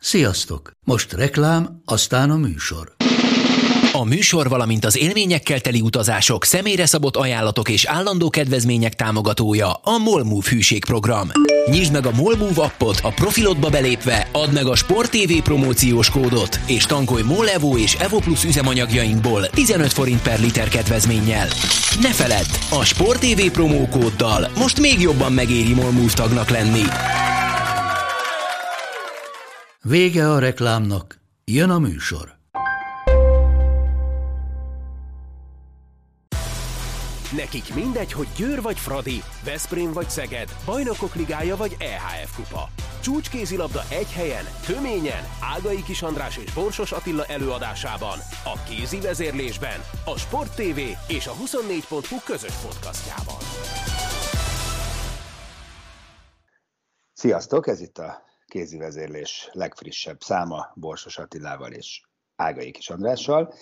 Sziasztok! Most reklám, aztán a műsor. A műsor, valamint az élményekkel teli utazások, személyre szabott ajánlatok és állandó kedvezmények támogatója a MOL Move hűségprogram. Nyisd meg a MOL Move appot, a profilodba belépve, add meg a Sport TV promóciós kódot, és tankolj MOL Evo és Evo Plus üzemanyagjainkból 15 forint per liter kedvezménnyel. Ne feledd, a Sport TV promókóddal most még jobban megéri MOL Move tagnak lenni. Vége a reklámnak, jön a műsor. Nekik mindegy, hogy Győr vagy Fradi, Veszprém vagy Szeged, Bajnokok Ligája vagy EHF Kupa. Csúcskézilabda egy helyen, töményen, Ágai Kis András és Borsos Attila előadásában, a kézi vezérlésben, a Sport TV és a 24.hu közös podcastjában. Sziasztok, ez itt a kézi vezérlés legfrissebb száma Borsos Attilával és Ágai Kis Andrással.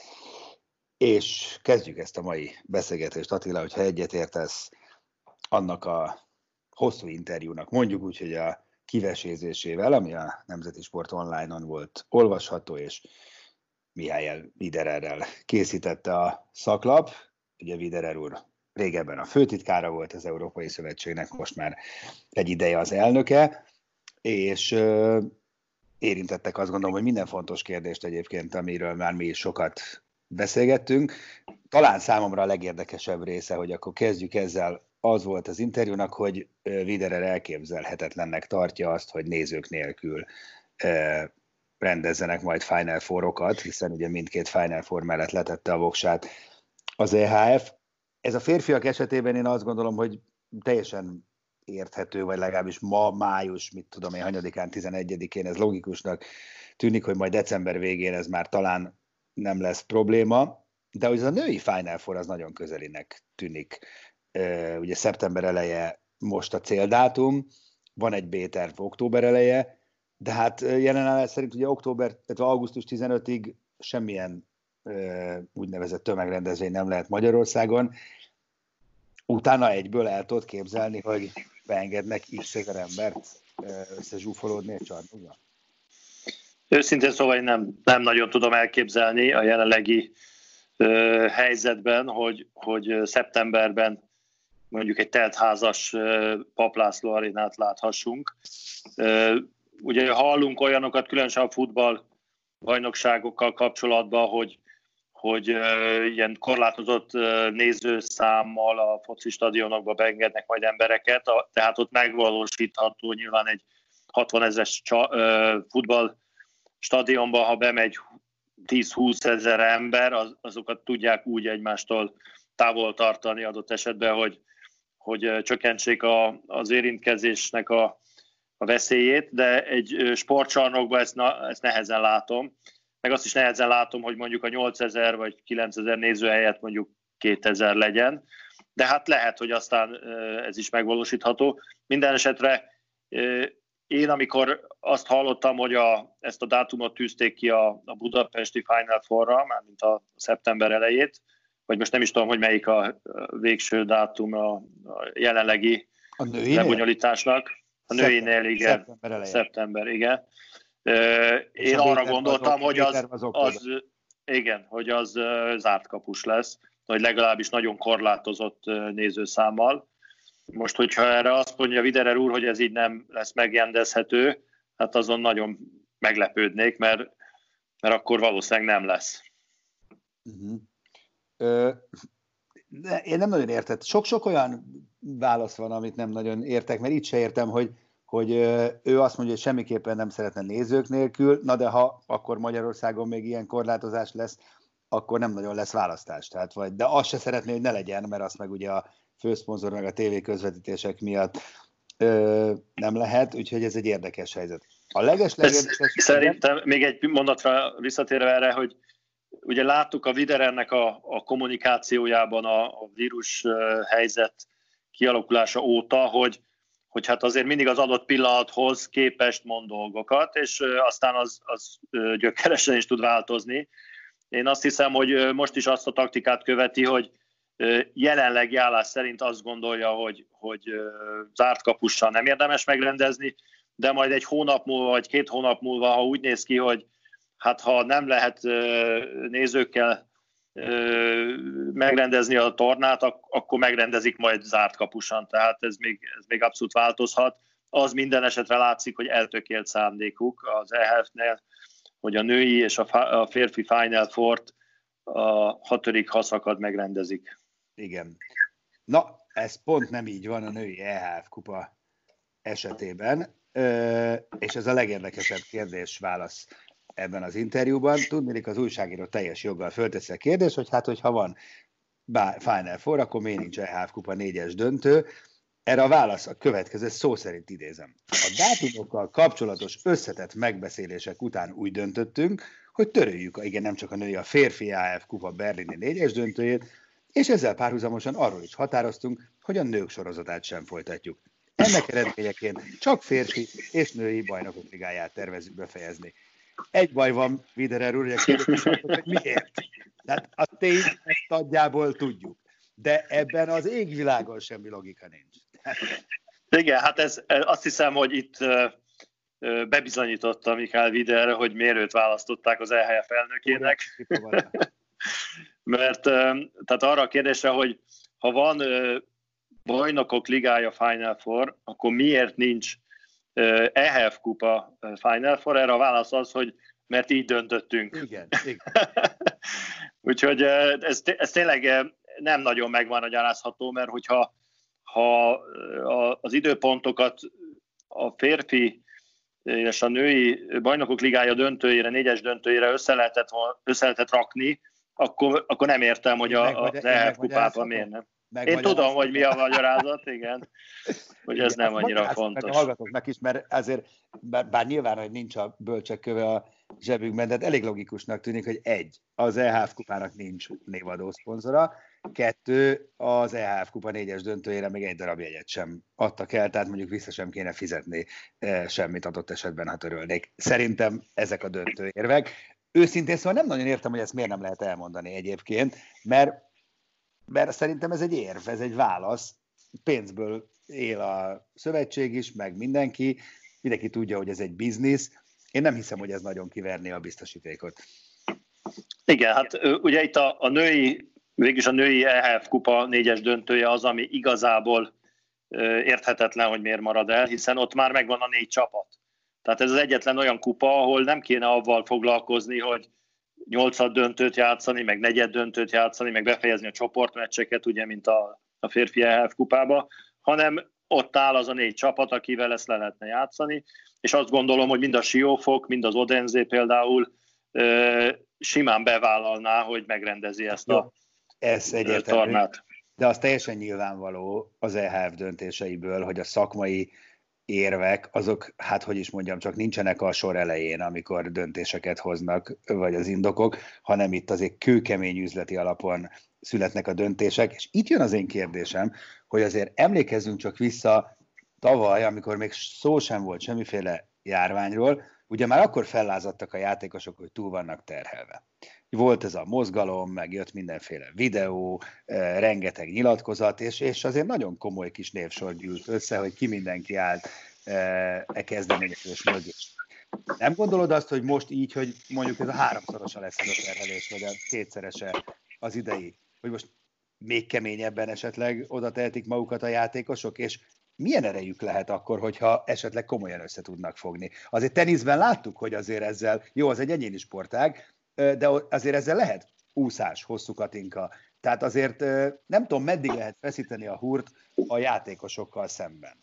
És kezdjük ezt a mai beszélgetést, Attila, hogyha egyetértesz annak a hosszú interjúnak, mondjuk úgy, hogy a kivesézésével, ami a Nemzeti Sport Online-on volt olvasható, és Mihály Widererrel készítette a szaklap. Ugye Widerer úr régebben a főtitkára volt az Európai Szövetségnek, most már egy ideje az elnöke, és érintettek azt gondolom, hogy minden fontos kérdést egyébként, amiről már mi is sokat beszélgettünk. Talán számomra a legérdekesebb része, hogy akkor kezdjük ezzel, az volt az interjúnak, hogy Widerer elképzelhetetlennek tartja azt, hogy nézők nélkül rendezzenek majd Final Four-okat, hiszen ugye mindkét Final Four mellett letette a voksát az EHF. Ez a férfiak esetében én azt gondolom, hogy teljesen érthető, vagy legalábbis ma, május, mit tudom én, hanyadikán, 11-én ez logikusnak tűnik, hogy majd december végén ez már talán nem lesz probléma, de hogy az a női Final Four az nagyon közelinek tűnik. Ugye szeptember eleje most a céldátum, van egy B-terv október eleje, de hát jelenállás szerint ugye augusztus 15-ig semmilyen úgynevezett tömegrendezvény nem lehet Magyarországon. Utána egyből el tudod képzelni, hogy beengednek x ezer embert összezsúfolódni egy csarnokba? Őszintén szóval én nem nagyon tudom elképzelni a jelenlegi helyzetben, hogy szeptemberben mondjuk egy teltházas Papp László arénát láthassunk. Ugye hallunk olyanokat, különösen a futball bajnokságokkal kapcsolatban, hogy ilyen korlátozott nézőszámmal a foci stadionokba beengednek majd embereket, tehát ott megvalósítható nyilván egy 60 000-es futball stadionban, ha bemegy 10-20 ezer ember, azokat tudják úgy egymástól távol tartani adott esetben, hogy csökkentsék az érintkezésnek a veszélyét, de egy sportcsarnokban ezt nehezen látom. Meg azt is nehezen látom, hogy mondjuk a 8000 vagy 9000 néző helyett mondjuk 2000 legyen, de hát lehet, hogy aztán ez is megvalósítható. Minden esetre én, amikor azt hallottam, hogy ezt a dátumot tűzték ki a budapesti Final Four-ra, mármint a szeptember elejét, vagy most nem is tudom, hogy melyik a végső dátum a jelenlegi lebonyolításnak. A nőinél, igen. Szeptember, igen. Én arra gondoltam, hogy az zárt kapus lesz, vagy legalábbis nagyon korlátozott nézőszámmal. Most, hogyha erre azt mondja Widerer úr, hogy ez így nem lesz megrendezhető, hát azon nagyon meglepődnék, mert akkor valószínűleg nem lesz. De én nem nagyon értem. Sok-sok olyan válasz van, amit nem nagyon értek, mert itt se értem, hogy ő azt mondja, hogy semmiképpen nem szeretne nézők nélkül, na de ha akkor Magyarországon még ilyen korlátozás lesz, akkor nem nagyon lesz választás. Tehát de azt se szeretné, hogy ne legyen, mert azt meg ugye a főszponzor meg a tévéközvetítések miatt nem lehet, úgyhogy ez egy érdekes helyzet. Szerintem még egy mondatra visszatérve erre, hogy ugye láttuk a Widerernek a kommunikációjában a vírus helyzet kialakulása óta, hogy hát azért mindig az adott pillanathoz képest mond dolgokat, és aztán az gyökeresen is tud változni. Én azt hiszem, hogy most is azt a taktikát követi, hogy jelenlegi állás szerint azt gondolja, hogy zárt kapussal nem érdemes megrendezni, de majd egy hónap múlva, vagy 2 hónap múlva, ha úgy néz ki, hogy hát ha nem lehet nézőkkel megrendezni a tornát, akkor megrendezik majd zárt kapusan, tehát ez még abszolút változhat. Az minden esetre látszik, hogy eltökélt szándékuk az EHF-nél, hogy a női és a férfi Final Four-t a 6. haszakad megrendezik. Igen. Na, ez pont nem így van a női EHF kupa esetében, és ez a legérdekesebb kérdés-válasz ebben az interjúban. Tudnélik, az újságíró teljes joggal fölteszi a kérdést, hogy hát, hogyha van Final Four, akkor miért nincs EHF kupa 4-es döntő? Erre a válasz a következő, szó szerint idézem. A dátumokkal kapcsolatos összetett megbeszélések után úgy döntöttünk, hogy töröljük nem csak a női, a férfi EHF kupa berlini 4-es döntőjét, és ezzel párhuzamosan arról is határoztunk, hogy a nők sorozatát sem folytatjuk. Ennek eredményeként csak férfi és női bajnokok ligáját tervezzük befejezni. Egy baj van, Widerer úr, hogy miért? Tehát a tény, ezt nagyjából tudjuk. De ebben az égvilágon semmi logika nincs. Igen, hát azt hiszem, hogy itt bebizonyította Michael Widerer, hogy miért őt választották az EHF elnökének. Mert tehát arra a kérdésre, hogy ha van bajnokok ligája Final Four, akkor miért nincs EHF kupa Final Four? Erre a válasz az, hogy mert így döntöttünk. Igen. Úgyhogy ez tényleg nem nagyon megmagyarázható, mert hogyha az időpontokat a férfi és a női bajnokok ligája döntőjére, 4-es döntőjére össze lehetett rakni, akkor nem értem, hogy az EHF kupában miért nem. Én tudom, hogy mi a magyarázat, igen, hogy ez nem annyira fontos. A hallgatóknak is, mert azért, bár nyilván, hogy nincs a bölcsek köve a zsebükben, de elég logikusnak tűnik, hogy 1. az EHF kupának nincs névadó szponzora, 2. az EHF kupa 4-es döntőjére még egy darab jegyet sem adtak el, tehát mondjuk vissza sem kéne fizetni semmit adott esetben, ha törölnék. Szerintem ezek a döntőérvek. Őszintén szóval nem nagyon értem, hogy ezt miért nem lehet elmondani egyébként, mert szerintem ez egy érv, ez egy válasz. Pénzből él a szövetség is, meg mindenki tudja, hogy ez egy biznisz. Én nem hiszem, hogy ez nagyon kiverné a biztosítékot. Igen, hát ugye itt végülis a női EHF kupa 4-es döntője az, ami igazából érthetetlen, hogy miért marad el, hiszen ott már megvan a 4 csapat. Tehát ez az egyetlen olyan kupa, ahol nem kéne avval foglalkozni, hogy 8 döntőt játszani, meg 4 döntőt játszani, meg befejezni a csoportmeccseket, ugye, mint a férfi EHF kupába, hanem ott áll az a 4 csapat, akivel ezt le lehetne játszani, és azt gondolom, hogy mind a Siófok, mind az Odense például simán bevállalná, hogy megrendezi ezt a tornát. De az teljesen nyilvánvaló az EHF döntéseiből, hogy a szakmai érvek, azok, hát hogy is mondjam, csak nincsenek a sor elején, amikor döntéseket hoznak, vagy az indokok, hanem itt azért kőkemény üzleti alapon születnek a döntések, és itt jön az én kérdésem, hogy azért emlékezzünk csak vissza tavaly, amikor még szó sem volt semmiféle járványról, ugye már akkor fellázadtak a játékosok, hogy túl vannak terhelve. Volt ez a mozgalom, meg jött mindenféle videó, rengeteg nyilatkozat, és azért nagyon komoly kis névsor gyűlt össze, hogy ki mindenki állt kezdeményezés mögé. Nem gondolod azt, hogy most így, hogy mondjuk ez a 3-szorosa lesz ez a terhelés, vagy a 2-szerese az idei, hogy most még keményebben esetleg oda tehetik magukat a játékosok, és milyen erejük lehet akkor, hogyha esetleg komolyan össze tudnak fogni? Azért teniszben láttuk, hogy azért ezzel, jó, az egy egyéni sportág, de azért ezzel lehet úszás, hosszú katinka. Tehát azért nem tudom, meddig lehet feszíteni a húrt a játékosokkal szemben.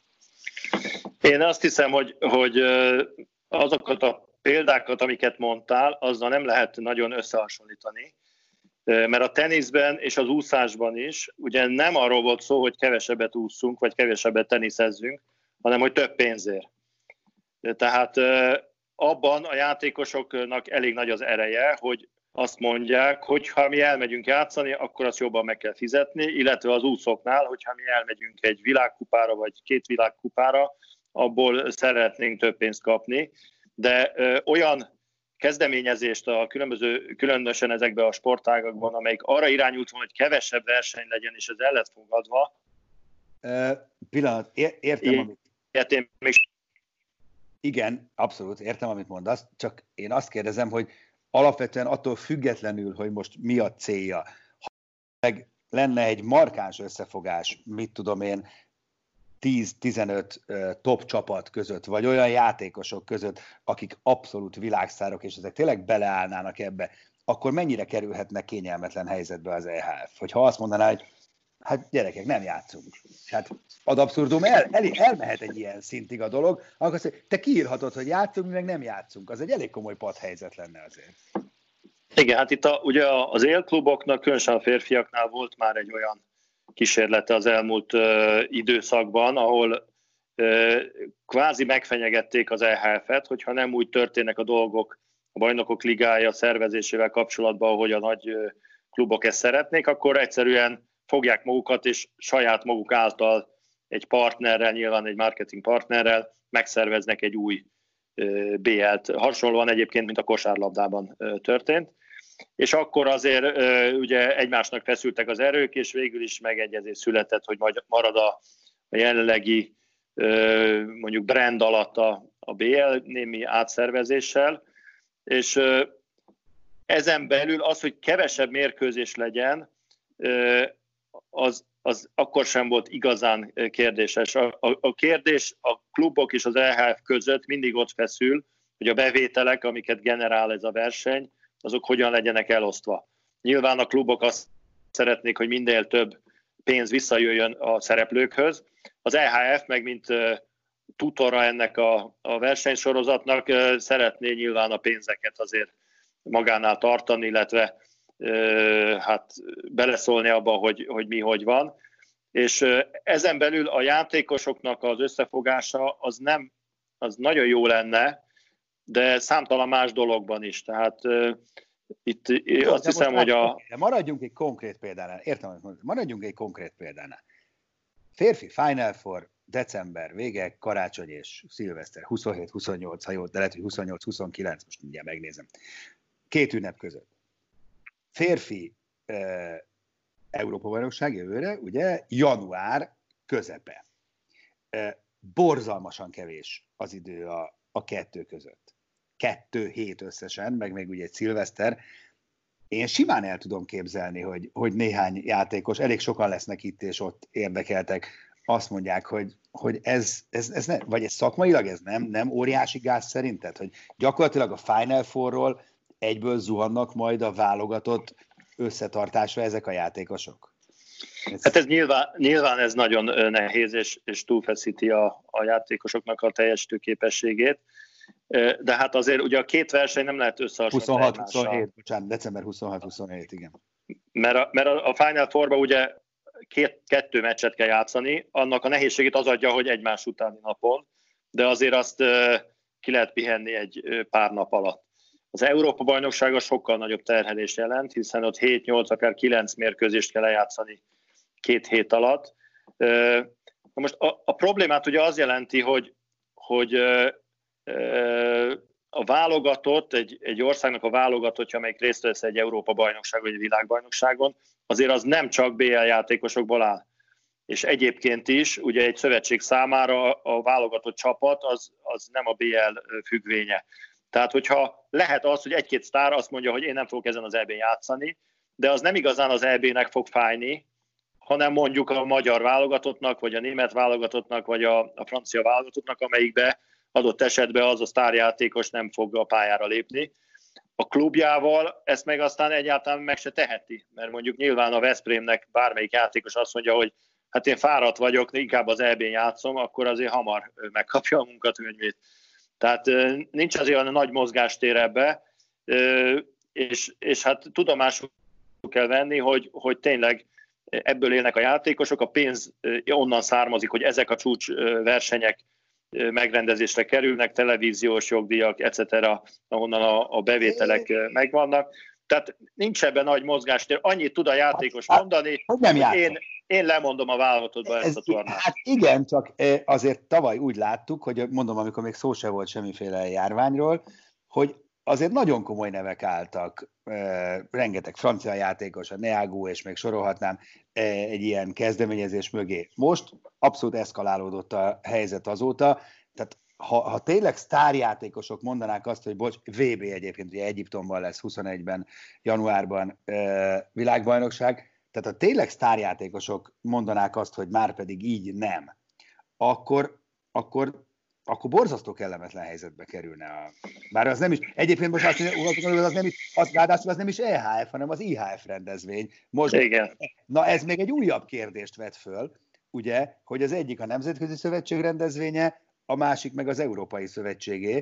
Én azt hiszem, hogy azokat a példákat, amiket mondtál, azzal nem lehet nagyon összehasonlítani. Mert a teniszben és az úszásban is ugye nem arról volt szó, hogy kevesebbet ússzunk, vagy kevesebbet teniszezzünk, hanem hogy több pénzért. Tehát abban a játékosoknak elég nagy az ereje, hogy azt mondják, hogy ha mi elmegyünk játszani, akkor azt jobban meg kell fizetni, illetve az úszóknál, hogyha mi elmegyünk egy világkupára, vagy 2 világkupára, abból szeretnénk több pénzt kapni. De olyan kezdeményezést a különösen ezekben a sportágakban, amelyik arra irányult van, hogy kevesebb verseny legyen, és ez el lett fogadva. Pillanat, értem, amit... Igen, abszolút értem, amit mondasz, csak én azt kérdezem, hogy alapvetően attól függetlenül, hogy most mi a célja, ha meg lenne egy markáns összefogás, mit tudom én, 10-15 top csapat között, vagy olyan játékosok között, akik abszolút világsztárok, és ezek tényleg beleállnának ebbe, akkor mennyire kerülhetnek kényelmetlen helyzetbe az EHF? Hogyha azt mondaná, hogy hát gyerekek, nem játszunk. Hát ad abszurdum, elmehet egy ilyen szintig a dolog, akkor azt mondja, te kiírhatod, hogy játszunk, mi meg nem játszunk. Az egy elég komoly padhelyzet lenne azért. Igen, hát itt ugye az élkluboknak, különösen a férfiaknál volt már egy olyan kísérlete az elmúlt időszakban, ahol kvázi megfenyegették az EHF-et, hogyha nem úgy történnek a dolgok a Bajnokok Ligája szervezésével kapcsolatban, ahogy a nagy klubok ezt szeretnék, akkor egyszerűen fogják magukat, és saját maguk által egy partnerrel, nyilván egy marketing partnerrel megszerveznek egy új BL-t. Hasonlóan egyébként, mint a kosárlabdában történt. És akkor azért ugye egymásnak feszültek az erők, és végül is megegyezés született, hogy marad a jelenlegi mondjuk brand alatt a BL némi átszervezéssel, és ezen belül az, hogy kevesebb mérkőzés legyen, az akkor sem volt igazán kérdéses. A kérdés a klubok és az EHF között mindig ott feszül, hogy a bevételek, amiket generál ez a verseny, azok hogyan legyenek elosztva. Nyilván a klubok azt szeretnék, hogy minél több pénz visszajöjjön a szereplőkhöz. Az EHF meg, mint tutora ennek a versenysorozatnak szeretné nyilván a pénzeket azért magánál tartani, illetve hát beleszólni abba, hogy mi hogy van. És ezen belül a játékosoknak az összefogása az nagyon jó lenne, de számtalan más dologban is. Tehát itt jó, azt hiszem, hogy maradjunk egy konkrét példánál. Értem, hogy mondod. Maradjunk egy konkrét példánál. Férfi Final Four, december vége, karácsony és szilveszter, 27-28, ha jó, de lehet, hogy 28-29, most mindjárt megnézem. 2 ünnep között. Férfi Európa-bajnokság jövőre, ugye, január közepe. Borzalmasan kevés az idő a 2 között. 2 hét összesen, meg még ugye egy szilveszter. Én simán el tudom képzelni, hogy néhány játékos, elég sokan lesznek itt és ott érdekeltek, azt mondják, hogy ez vagy ez szakmailag ez nem óriási gáz szerinted, hogy gyakorlatilag a Final Fourról egyből zuhannak majd a válogatott összetartásra ezek a játékosok? Hát ez nyilván ez nagyon nehéz, és túlfeszíti a játékosoknak a teljesítő képességét. De hát azért ugye a 2 verseny nem lehet összehasonlítani. 26-27, bocsánat, december 26-27, igen. Mert a Final Fourban ugye 2 meccset kell játszani, annak a nehézségét az adja, hogy egymás utáni napon, de azért azt ki lehet pihenni egy pár nap alatt. Az Európa-bajnoksága sokkal nagyobb terhelést jelent, hiszen ott 7-8, akár 9 mérkőzést kell lejátszani 2 hét alatt. Most a problémát ugye az jelenti, hogy a válogatott, egy országnak a válogatottja, amelyik részt vesz egy Európa-bajnokságon, vagy egy világbajnokságon, azért az nem csak BL játékosokból áll. És egyébként is, ugye egy szövetség számára a válogatott csapat az nem a BL függvénye. Tehát, hogyha lehet az, hogy 1-2 sztár azt mondja, hogy én nem fogok ezen az EB-n játszani, de az nem igazán az EB-nek fog fájni, hanem mondjuk a magyar válogatottnak, vagy a német válogatottnak, vagy a francia válogatottnak, amelyikbe adott esetben az a sztárjátékos nem fog a pályára lépni. A klubjával ezt meg aztán egyáltalán meg se teheti, mert mondjuk nyilván a Veszprémnek bármelyik játékos azt mondja, hogy hát én fáradt vagyok, inkább az EB-n játszom, akkor azért hamar megkapja a munkakönyvét. Tehát nincs azért olyan nagy mozgástér ebbe, és hát tudomásul kell venni, hogy tényleg ebből élnek a játékosok, a pénz onnan származik, hogy ezek a csúcsversenyek megrendezésre kerülnek, televíziós jogdíjak, etc., ahonnan a bevételek megvannak. Tehát nincs ebben nagy mozgástér. Annyit tud a játékos mondani, hogy én lemondom a válogatottba ezt a tornát. Hát igen, csak azért tavaly úgy láttuk, hogy mondom, amikor még szó se volt semmiféle járványról, hogy azért nagyon komoly nevek álltak, rengeteg francia játékos, a Neagu, és még sorolhatnám egy ilyen kezdeményezés mögé. Most abszolút eszkalálódott a helyzet azóta, tehát ha tényleg sztárjátékosok mondanák azt, hogy bocs, VB egyébként, ugye Egyiptomban lesz 21-ben, januárban világbajnokság, tehát ha tényleg sztárjátékosok mondanák azt, hogy már pedig így nem, akkor borzasztó kellemetlen helyzetbe kerülne. Bár az nem is, egyébként most azt mondjuk, az nem is, ráadásul az nem is EHF, hanem az IHF rendezvény. Most, igen. Na ez még egy újabb kérdést vet föl, ugye, hogy az egyik a Nemzetközi Szövetség rendezvénye, a másik meg az Európai Szövetségé.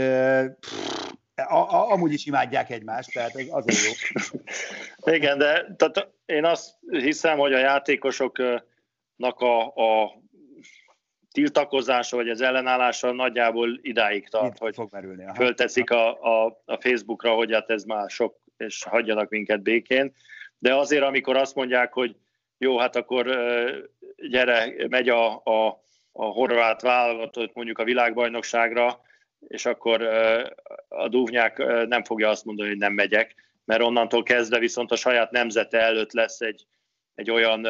Amúgy is imádják egymást, tehát ez azért jó. Igen, de tehát én azt hiszem, hogy a játékosoknak a tiltakozása, vagy az ellenállása nagyjából idáig tart, hogy fog merülni, fölteszik a Facebookra, hogy hát ez már sok, és hagyjanak minket békén. De azért, amikor azt mondják, hogy jó, hát akkor gyere, megy a horvát válogatott mondjuk a világbajnokságra, és akkor a Duvnyák nem fogja azt mondani, hogy nem megyek, mert onnantól kezdve viszont a saját nemzete előtt lesz egy olyan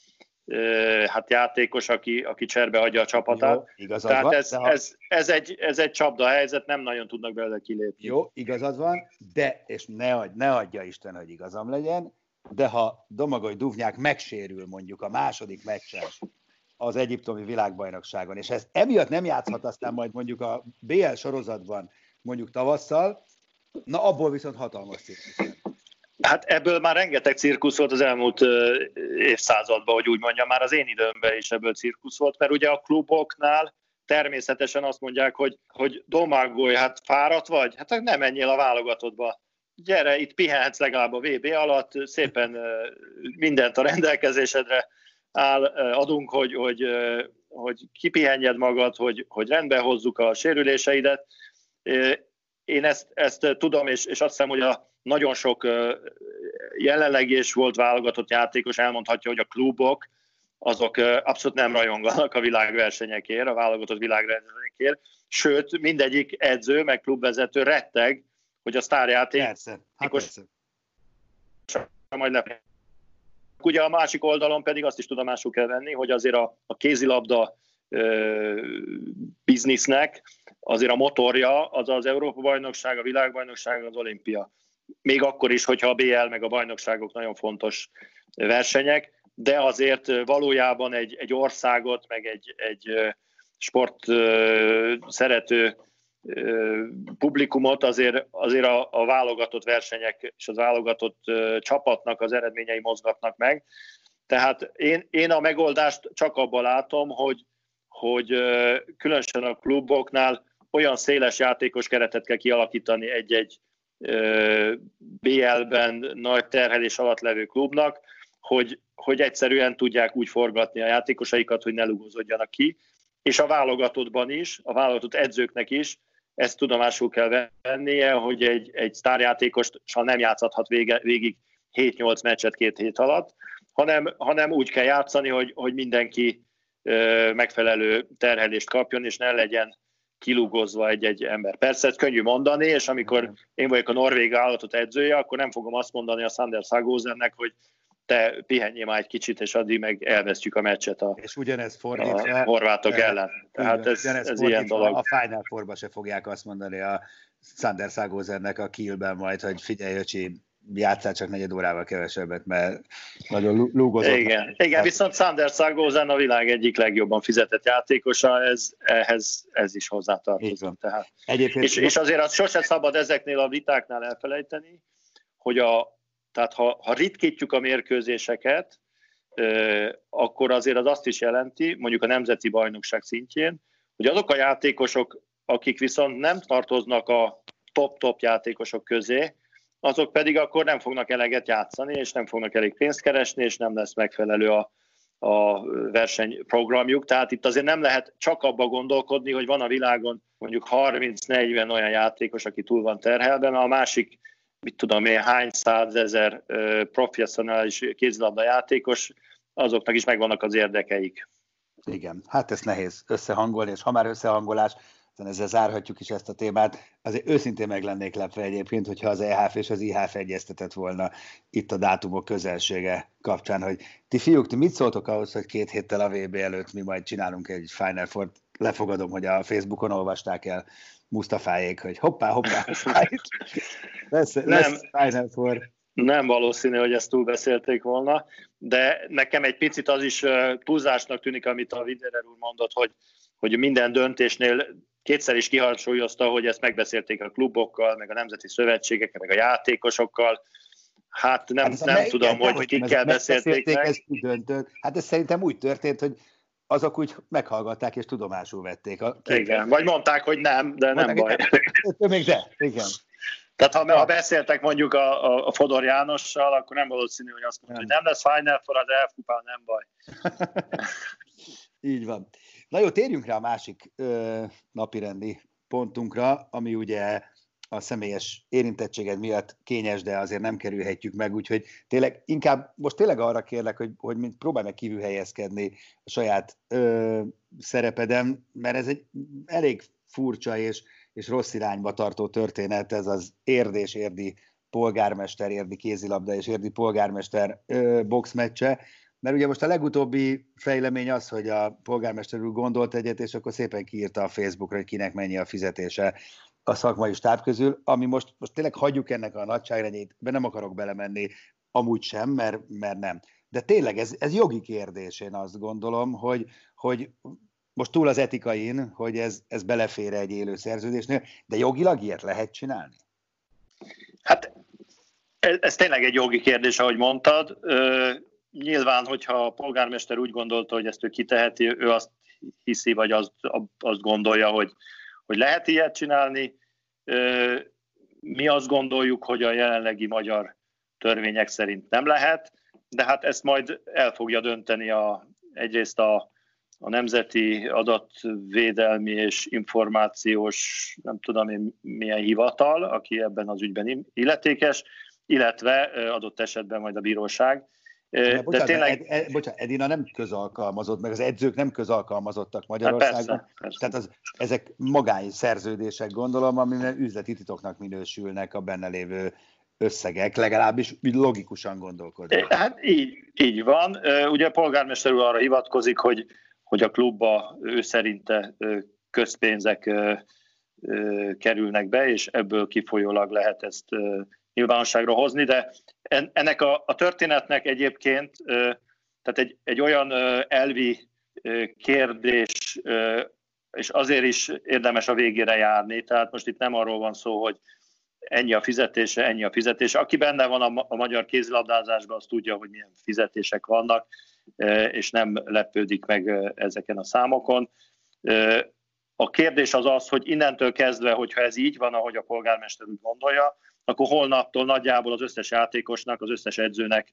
hát játékos, aki cserbe hagyja a csapatát. Jó, tehát ez egy csapdahelyzet, nem nagyon tudnak belőle kilépni. Jó, igazad van, de, és ne adja Isten, hogy igazam legyen, de ha Domagoj Duvnyák megsérül mondjuk a második meccsen az egyiptomi világbajnokságon, és ez emiatt nem játszhat aztán majd mondjuk a BL sorozatban mondjuk tavasszal, na abból viszont hatalmas cirkusz. Hát ebből már rengeteg cirkusz volt az elmúlt évszázadban, hogy úgy mondjam, már az én időmben is ebből cirkusz volt, mert ugye a kluboknál természetesen azt mondják, hogy Domagoj, hát fáradt vagy? Hát nem menjél a válogatottba. Gyere, itt pihenhetsz legalább a VB alatt, szépen mindent a rendelkezésedre adunk, hogy kipihenjed magad, hogy rendbe hozzuk a sérüléseidet. Én ezt tudom, és azt hiszem, hogy a nagyon sok jelenlegi és volt válogatott játékos elmondhatja, hogy a klubok azok abszolút nem rajonganak a világversenyekért, a válogatott világversenyekért, sőt, mindegyik edző, meg klubvezető retteg, hogy a sztárjátékos majd lepni. Ugye a másik oldalon pedig azt is tudomásul kell venni, hogy azért a kézilabda biznisznek azért a motorja az az Európa-bajnokság, a világbajnokság, az olimpia. Még akkor is, hogyha a BL meg a bajnokságok nagyon fontos versenyek, de azért valójában egy országot, meg egy sport szerető publikumot azért a válogatott versenyek és az válogatott csapatnak az eredményei mozgatnak meg. Tehát én a megoldást csak abban látom, hogy különösen a kluboknál olyan széles játékos keretet kell kialakítani egy BL-ben nagy terhelés alatt levő klubnak, hogy egyszerűen tudják úgy forgatni a játékosaikat, hogy ne lugozódjanak ki, és a válogatottban is, a válogatott edzőknek is ezt tudomásul kell vennie, hogy egy sztárjátékossal nem játszhathat végig 7-8 meccset 2 hét alatt, hanem úgy kell játszani, hogy mindenki megfelelő terhelést kapjon, és ne legyen kilugozva egy ember. Persze, ez könnyű mondani, és amikor én vagyok a norvég válogatott edzője, akkor nem fogom azt mondani a Sander Sargosennek, hogy te pihenjél már egy kicsit, és addig meg elvesztjük a meccset és ugyanez fordítva, a horvátok ellen. Tehát ez ilyen dolog. A Final Fourba se fogják azt mondani a Sander Sargosennek a Kielben majd, hogy figyelj, öcsi, játsszál csak 4 órával kevesebbet, mert nagyon lúgozott. Igen, viszont Sander Sargosen a világ egyik legjobban fizetett játékosa, ez is hozzátartozik. És azért azt sose szabad ezeknél a vitáknál elfelejteni, hogy tehát ha ritkítjuk a mérkőzéseket, akkor azért az azt is jelenti, mondjuk a nemzeti bajnokság szintjén, hogy azok a játékosok, akik viszont nem tartoznak a top-top játékosok közé, azok pedig akkor nem fognak eleget játszani, és nem fognak elég pénzt keresni, és nem lesz megfelelő a versenyprogramjuk. Tehát itt azért nem lehet csak abba gondolkodni, hogy van a világon mondjuk 30-40 olyan játékos, aki túl van terhelve, mert a másik, mit tudom én, hány 100 000 professzionális kézilabda játékos, azoknak is megvannak az érdekeik. Igen, hát ez nehéz összehangolni, és ha már összehangolás, ezzel zárhatjuk is ezt a témát. Azért őszintén meg lennék lepve egyébként, hogyha az EHF és az IHF egyeztetett volna itt a dátumok közelsége kapcsán, hogy ti fiúk, ti mit szóltok ahhoz, hogy 2 héttel a VB előtt mi majd csinálunk egy Final Four-t lefogadom, hogy a Facebookon olvasták el Mustafáék, hogy hoppá, lesz Final Four. Nem valószínű, hogy ezt túlbeszélték volna, de nekem egy picit az is túlzásnak tűnik, amit a Widerer úr mondott, hogy minden döntésnél kétszer is kihangsúlyozta, hogy ezt megbeszélték a klubokkal, meg a nemzeti szövetségekkel, meg a játékosokkal. Hát nem tudom, hogy kikkel beszélték meg. Ez döntött. Hát ez szerintem úgy történt, hogy azok úgy meghallgatták és tudomásul vették. Igen, vagy mondták, hogy nem, de nem baj. Még de, igen. Tehát ha beszéltek mondjuk a Fodor Jánossal, akkor nem valószínű, hogy azt mondta, hogy nem lesz Final Four, az ELF kupán, nem baj. Így van. Na jó, térjünk rá a másik napirendi pontunkra, ami ugye a személyes érintettséged miatt kényes, de azért nem kerülhetjük meg, úgyhogy most tényleg arra kérlek, hogy próbálj meg kívül helyezkedni a saját szerepeden, mert ez egy elég furcsa és rossz irányba tartó történet, ez az érdi polgármester, érdi kézilabda és érdi polgármester boxmeccse, mert ugye most a legutóbbi fejlemény az, hogy a polgármester úr gondolt egyet, és akkor szépen kiírta a Facebookra, hogy kinek mennyi a fizetése a szakmai stáb közül, ami most tényleg hagyjuk ennek a nagyságrendjét, nem akarok belemenni, amúgy sem, mert nem. De tényleg ez jogi kérdés, én azt gondolom, hogy most túl az etikain, hogy ez belefér egy élő szerződésnél, de jogilag ilyet lehet csinálni? Hát ez tényleg egy jogi kérdés, ahogy mondtad. Nyilván, hogyha a polgármester úgy gondolta, hogy ezt ő kiteheti, ő azt hiszi, vagy azt gondolja, hogy lehet ilyet csinálni. Mi azt gondoljuk, hogy a jelenlegi magyar törvények szerint nem lehet, de hát ezt majd el fogja dönteni egyrészt a Nemzeti Adatvédelmi és Információs, nem tudom én milyen hivatal, aki ebben az ügyben illetékes, illetve adott esetben majd a bíróság. De tényleg... Edina nem közalkalmazott, meg az edzők nem közalkalmazottak Magyarországon. Hát persze. Tehát ezek magány szerződések, gondolom, amiben üzleti titoknak minősülnek a benne lévő összegek, legalábbis logikusan gondolkodva. Hát így van. Ugye a polgármester úr arra hivatkozik, hogy a klubba ő szerinte közpénzek kerülnek be, és ebből kifolyólag lehet ezt nyilvánosságra hozni, de ennek a történetnek egyébként tehát egy olyan elvi kérdés, és azért is érdemes a végére járni, tehát most itt nem arról van szó, hogy ennyi a fizetése. Aki benne van a magyar kézilabdázásban, az tudja, hogy milyen fizetések vannak, és nem lepődik meg ezeken a számokon. A kérdés az, hogy innentől kezdve, hogyha ez így van, ahogy a polgármester úgy gondolja, akkor holnaptól nagyjából az összes játékosnak, az összes edzőnek,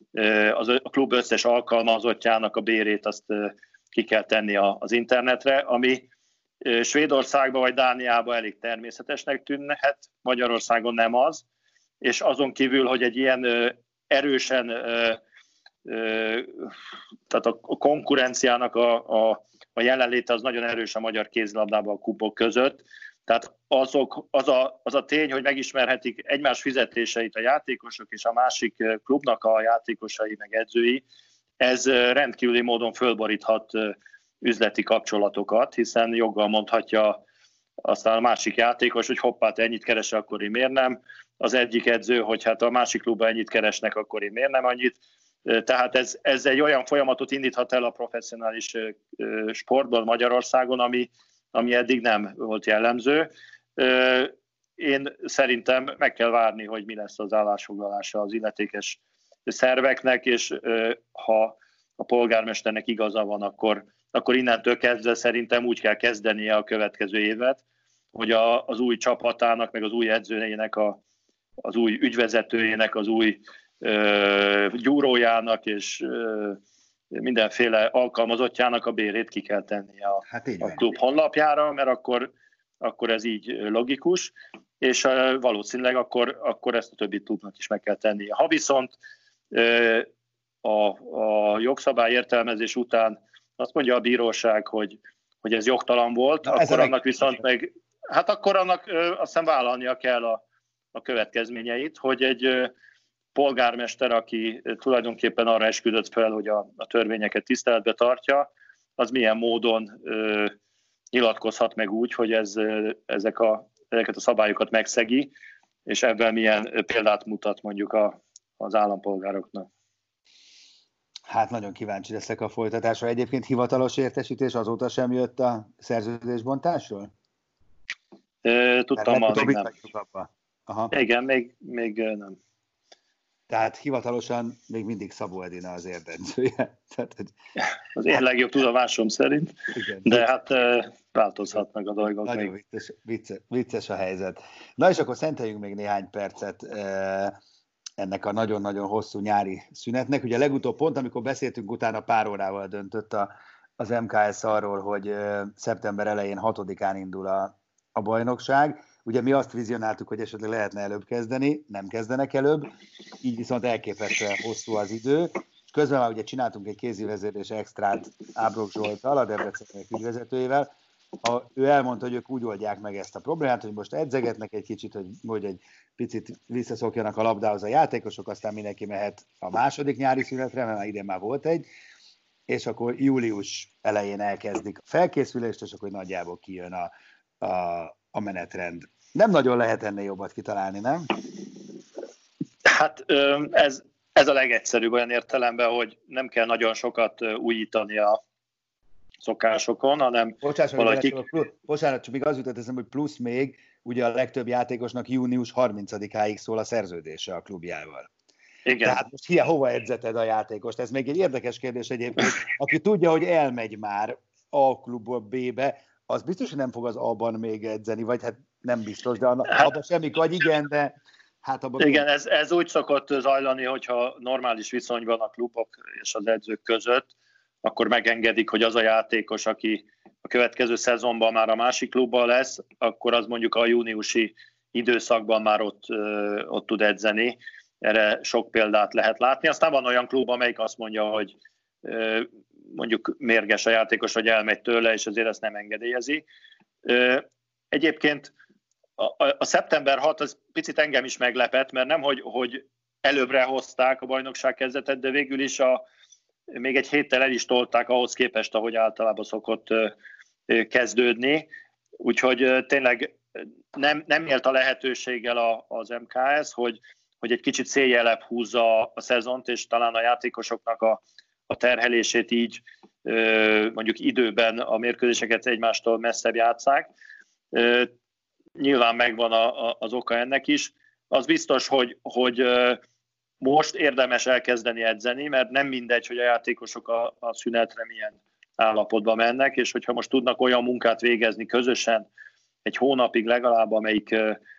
a klub összes alkalmazottjának a bérét azt ki kell tenni az internetre, ami Svédországban vagy Dániában elég természetesnek tűnhet, Magyarországon nem az, és azon kívül, hogy egy ilyen erősen, tehát a konkurenciának a jelenléte az nagyon erős a magyar kézilabdában a klubok között, tehát az a tény, hogy megismerhetik egymás fizetéseit a játékosok és a másik klubnak a játékosai meg edzői, ez rendkívüli módon fölboríthat üzleti kapcsolatokat, hiszen joggal mondhatja aztán a másik játékos, hogy hoppá, te ennyit keresel, akkor én miért nem. Az egyik edző, hogy hát a másik klubban ennyit keresnek, akkor én miért nem annyit. Tehát ez egy olyan folyamatot indíthat el a professzionális sportban Magyarországon, ami eddig nem volt jellemző. Én szerintem meg kell várni, hogy mi lesz az állásfoglalása az illetékes szerveknek, és ha a polgármesternek igaza van, akkor innentől kezdve szerintem úgy kell kezdenie a következő évet, hogy az új csapatának, meg az új edzőjének, az új ügyvezetőjének, az új gyúrójának és mindenféle alkalmazottjának a bérét ki kell tenni a klub honlapjára, mert akkor ez így logikus, és valószínűleg akkor ezt a többi klubnak is meg kell tennie. Ha viszont a jogszabály értelmezés után azt mondja a bíróság, hogy ez jogtalan volt, akkor annak viszont akkor annak azt hiszem vállalnia kell a következményeit, hogy egy polgármester, aki tulajdonképpen arra esküdött fel, hogy a törvényeket tiszteletbe tartja, az milyen módon nyilatkozhat meg úgy, hogy ezeket a szabályokat megszegi, és ebben milyen példát mutat mondjuk az állampolgároknak. Hát nagyon kíváncsi leszek a folytatásra. Egyébként hivatalos értesítés azóta sem jött a szerződésbontásról? Tudtam, még nem. Aha. Igen, még nem. Tehát hivatalosan még mindig Szabó Edina az érdemzője. Az én legjobb tudomásom szerint, igen, de hát változhatnak a dolgok. Nagyon vicces a helyzet. Na és akkor szenteljünk még néhány percet ennek a nagyon-nagyon hosszú nyári szünetnek. Ugye legutóbb pont, amikor beszéltünk, utána pár órával döntött az MKS arról, hogy szeptember elején 6-án indul a bajnokság. Ugye mi azt vizionáltuk, hogy esetleg lehetne előbb kezdeni, nem kezdenek előbb, így viszont elképesztően hosszú az idő. És közben már ugye csináltunk egy kézivezérlés extrát Ábrok Zsolttal, a Debrecen ügyvezetőjével. Ő elmondta, hogy ők úgy oldják meg ezt a problémát, hogy most edzegetnek egy kicsit, hogy egy picit visszaszokjanak a labdához a játékosok, aztán mindenki mehet a második nyári szünetre, mert idén már volt egy, és akkor július elején elkezdik a felkészülést, és akkor nagyjából kijön a menetrend. Nem nagyon lehet ennél jobbat kitalálni, nem? Hát ez a legegyszerűbb olyan értelemben, hogy nem kell nagyon sokat újítani a szokásokon, hanem Bocsánat, csak még az jutott eszembe, hogy plusz még ugye a legtöbb játékosnak június 30-áig szól a szerződése a klubjával. Igen. Tehát most hova edzeted a játékost? Ez még egy érdekes kérdés egyébként. Aki tudja, hogy elmegy már A klubból B-be, az biztos, hogy nem fog az A-ban még edzeni, vagy hát nem biztos, de abban semmi, vagy igen, de hát abban... Igen, ez úgy szokott zajlani, hogyha normális viszonyban a klubok és az edzők között, akkor megengedik, hogy az a játékos, aki a következő szezonban már a másik klubban lesz, akkor az mondjuk a júniusi időszakban már ott tud edzeni. Erre sok példát lehet látni. Aztán van olyan klub, amelyik azt mondja, hogy mondjuk mérges a játékos, hogy elmegy tőle, és azért ezt nem engedélyezi. Egyébként a szeptember 6 az picit engem is meglepett, mert nem, hogy előbbre hozták a bajnokság kezdetet, de végül is még egy héttel el is tolták ahhoz képest, ahogy általában szokott kezdődni. Úgyhogy tényleg nem élt a lehetőséggel az MKS, hogy egy kicsit széljelebb húzza a szezont, és talán a játékosoknak a terhelését így mondjuk időben a mérkőzéseket egymástól messzebb játsszák. Nyilván megvan az oka ennek is. Az biztos, hogy most érdemes elkezdeni edzeni, mert nem mindegy, hogy a játékosok a szünetre milyen állapotba mennek, és hogyha most tudnak olyan munkát végezni közösen egy hónapig legalább, amelyik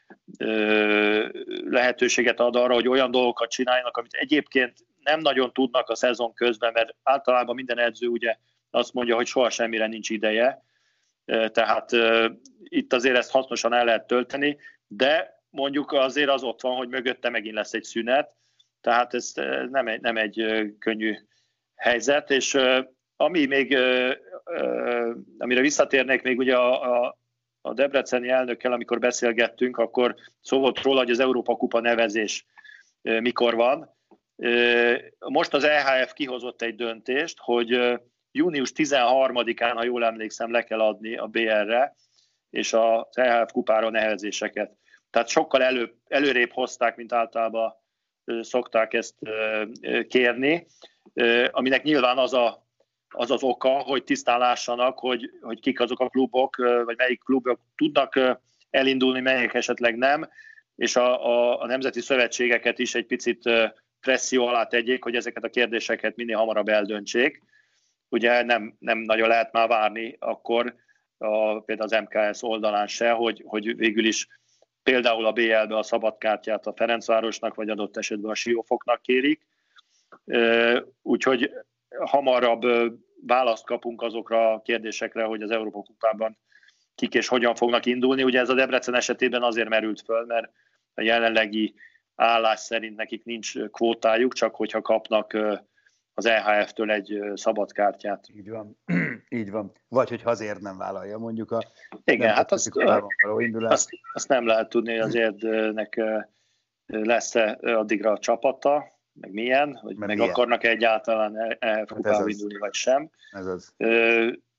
lehetőséget ad arra, hogy olyan dolgokat csináljanak, amit egyébként nem nagyon tudnak a szezon közben, mert általában minden edző ugye azt mondja, hogy soha semmire nincs ideje, tehát itt azért ezt hasznosan el lehet tölteni, de mondjuk azért az ott van, hogy mögötte megint lesz egy szünet, tehát ez nem egy könnyű helyzet, és ami még, amire visszatérnék még ugye a debreceni elnökkel, amikor beszélgettünk, akkor szó volt róla, hogy az Európa-kupa nevezés mikor van. Most az EHF kihozott egy döntést, hogy június 13-án, ha jól emlékszem, le kell adni a BR-re és az EHF kupára nevezéseket. Tehát sokkal előrébb hozták, mint általában szokták ezt kérni, aminek nyilván az oka, hogy tisztán lássanak, hogy kik azok a klubok, vagy melyik klubok tudnak elindulni, melyek esetleg nem, és a nemzeti szövetségeket is egy picit presszió alá tegyék, hogy ezeket a kérdéseket minél hamarabb eldöntsék. Ugye nem nagyon lehet már várni akkor például az MKS oldalán se, hogy végül is például a BL-be a szabadkártyát a Ferencvárosnak, vagy adott esetben a Siófoknak kérik. Úgyhogy hamarabb választ kapunk azokra a kérdésekre, hogy az Európa-kupában kik és hogyan fognak indulni. Ugye ez a Debrecen esetében azért merült föl, mert a jelenlegi állás szerint nekik nincs kvótájuk, csak hogyha kapnak az EHF-től egy szabad kártyát. Így van. Vagy hogyha azért nem vállalja mondjuk a... Igen, hát azt nem lehet tudni, hogy az érdnek lesz-e addigra a csapata, meg milyen, hogy meg milyen. Akarnak egyáltalán EHF kupába indulni, vagy sem.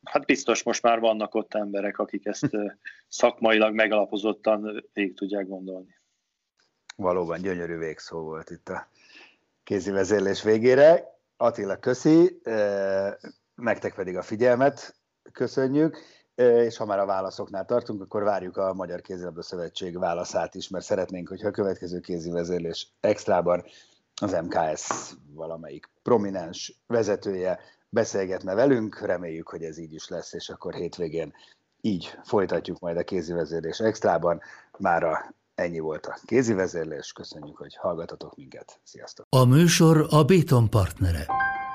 Hát biztos most már vannak ott emberek, akik ezt szakmailag megalapozottan végig tudják gondolni. Valóban gyönyörű végszó volt itt a kézi vezérlés végére. Attila, köszi, nektek pedig a figyelmet köszönjük, és ha már a válaszoknál tartunk, akkor várjuk a Magyar Kézilabda Szövetség válaszát is, mert szeretnénk, hogyha a következő kézi vezérlés extrában az MKS valamelyik prominens vezetője beszélgetne velünk, reméljük, hogy ez így is lesz, és akkor hétvégén így folytatjuk majd a kézi vezérlés extrában. Mára ennyi volt a kézi vezérlés, köszönjük, hogy hallgatatok minket, sziasztok! A műsor a Béton partnere.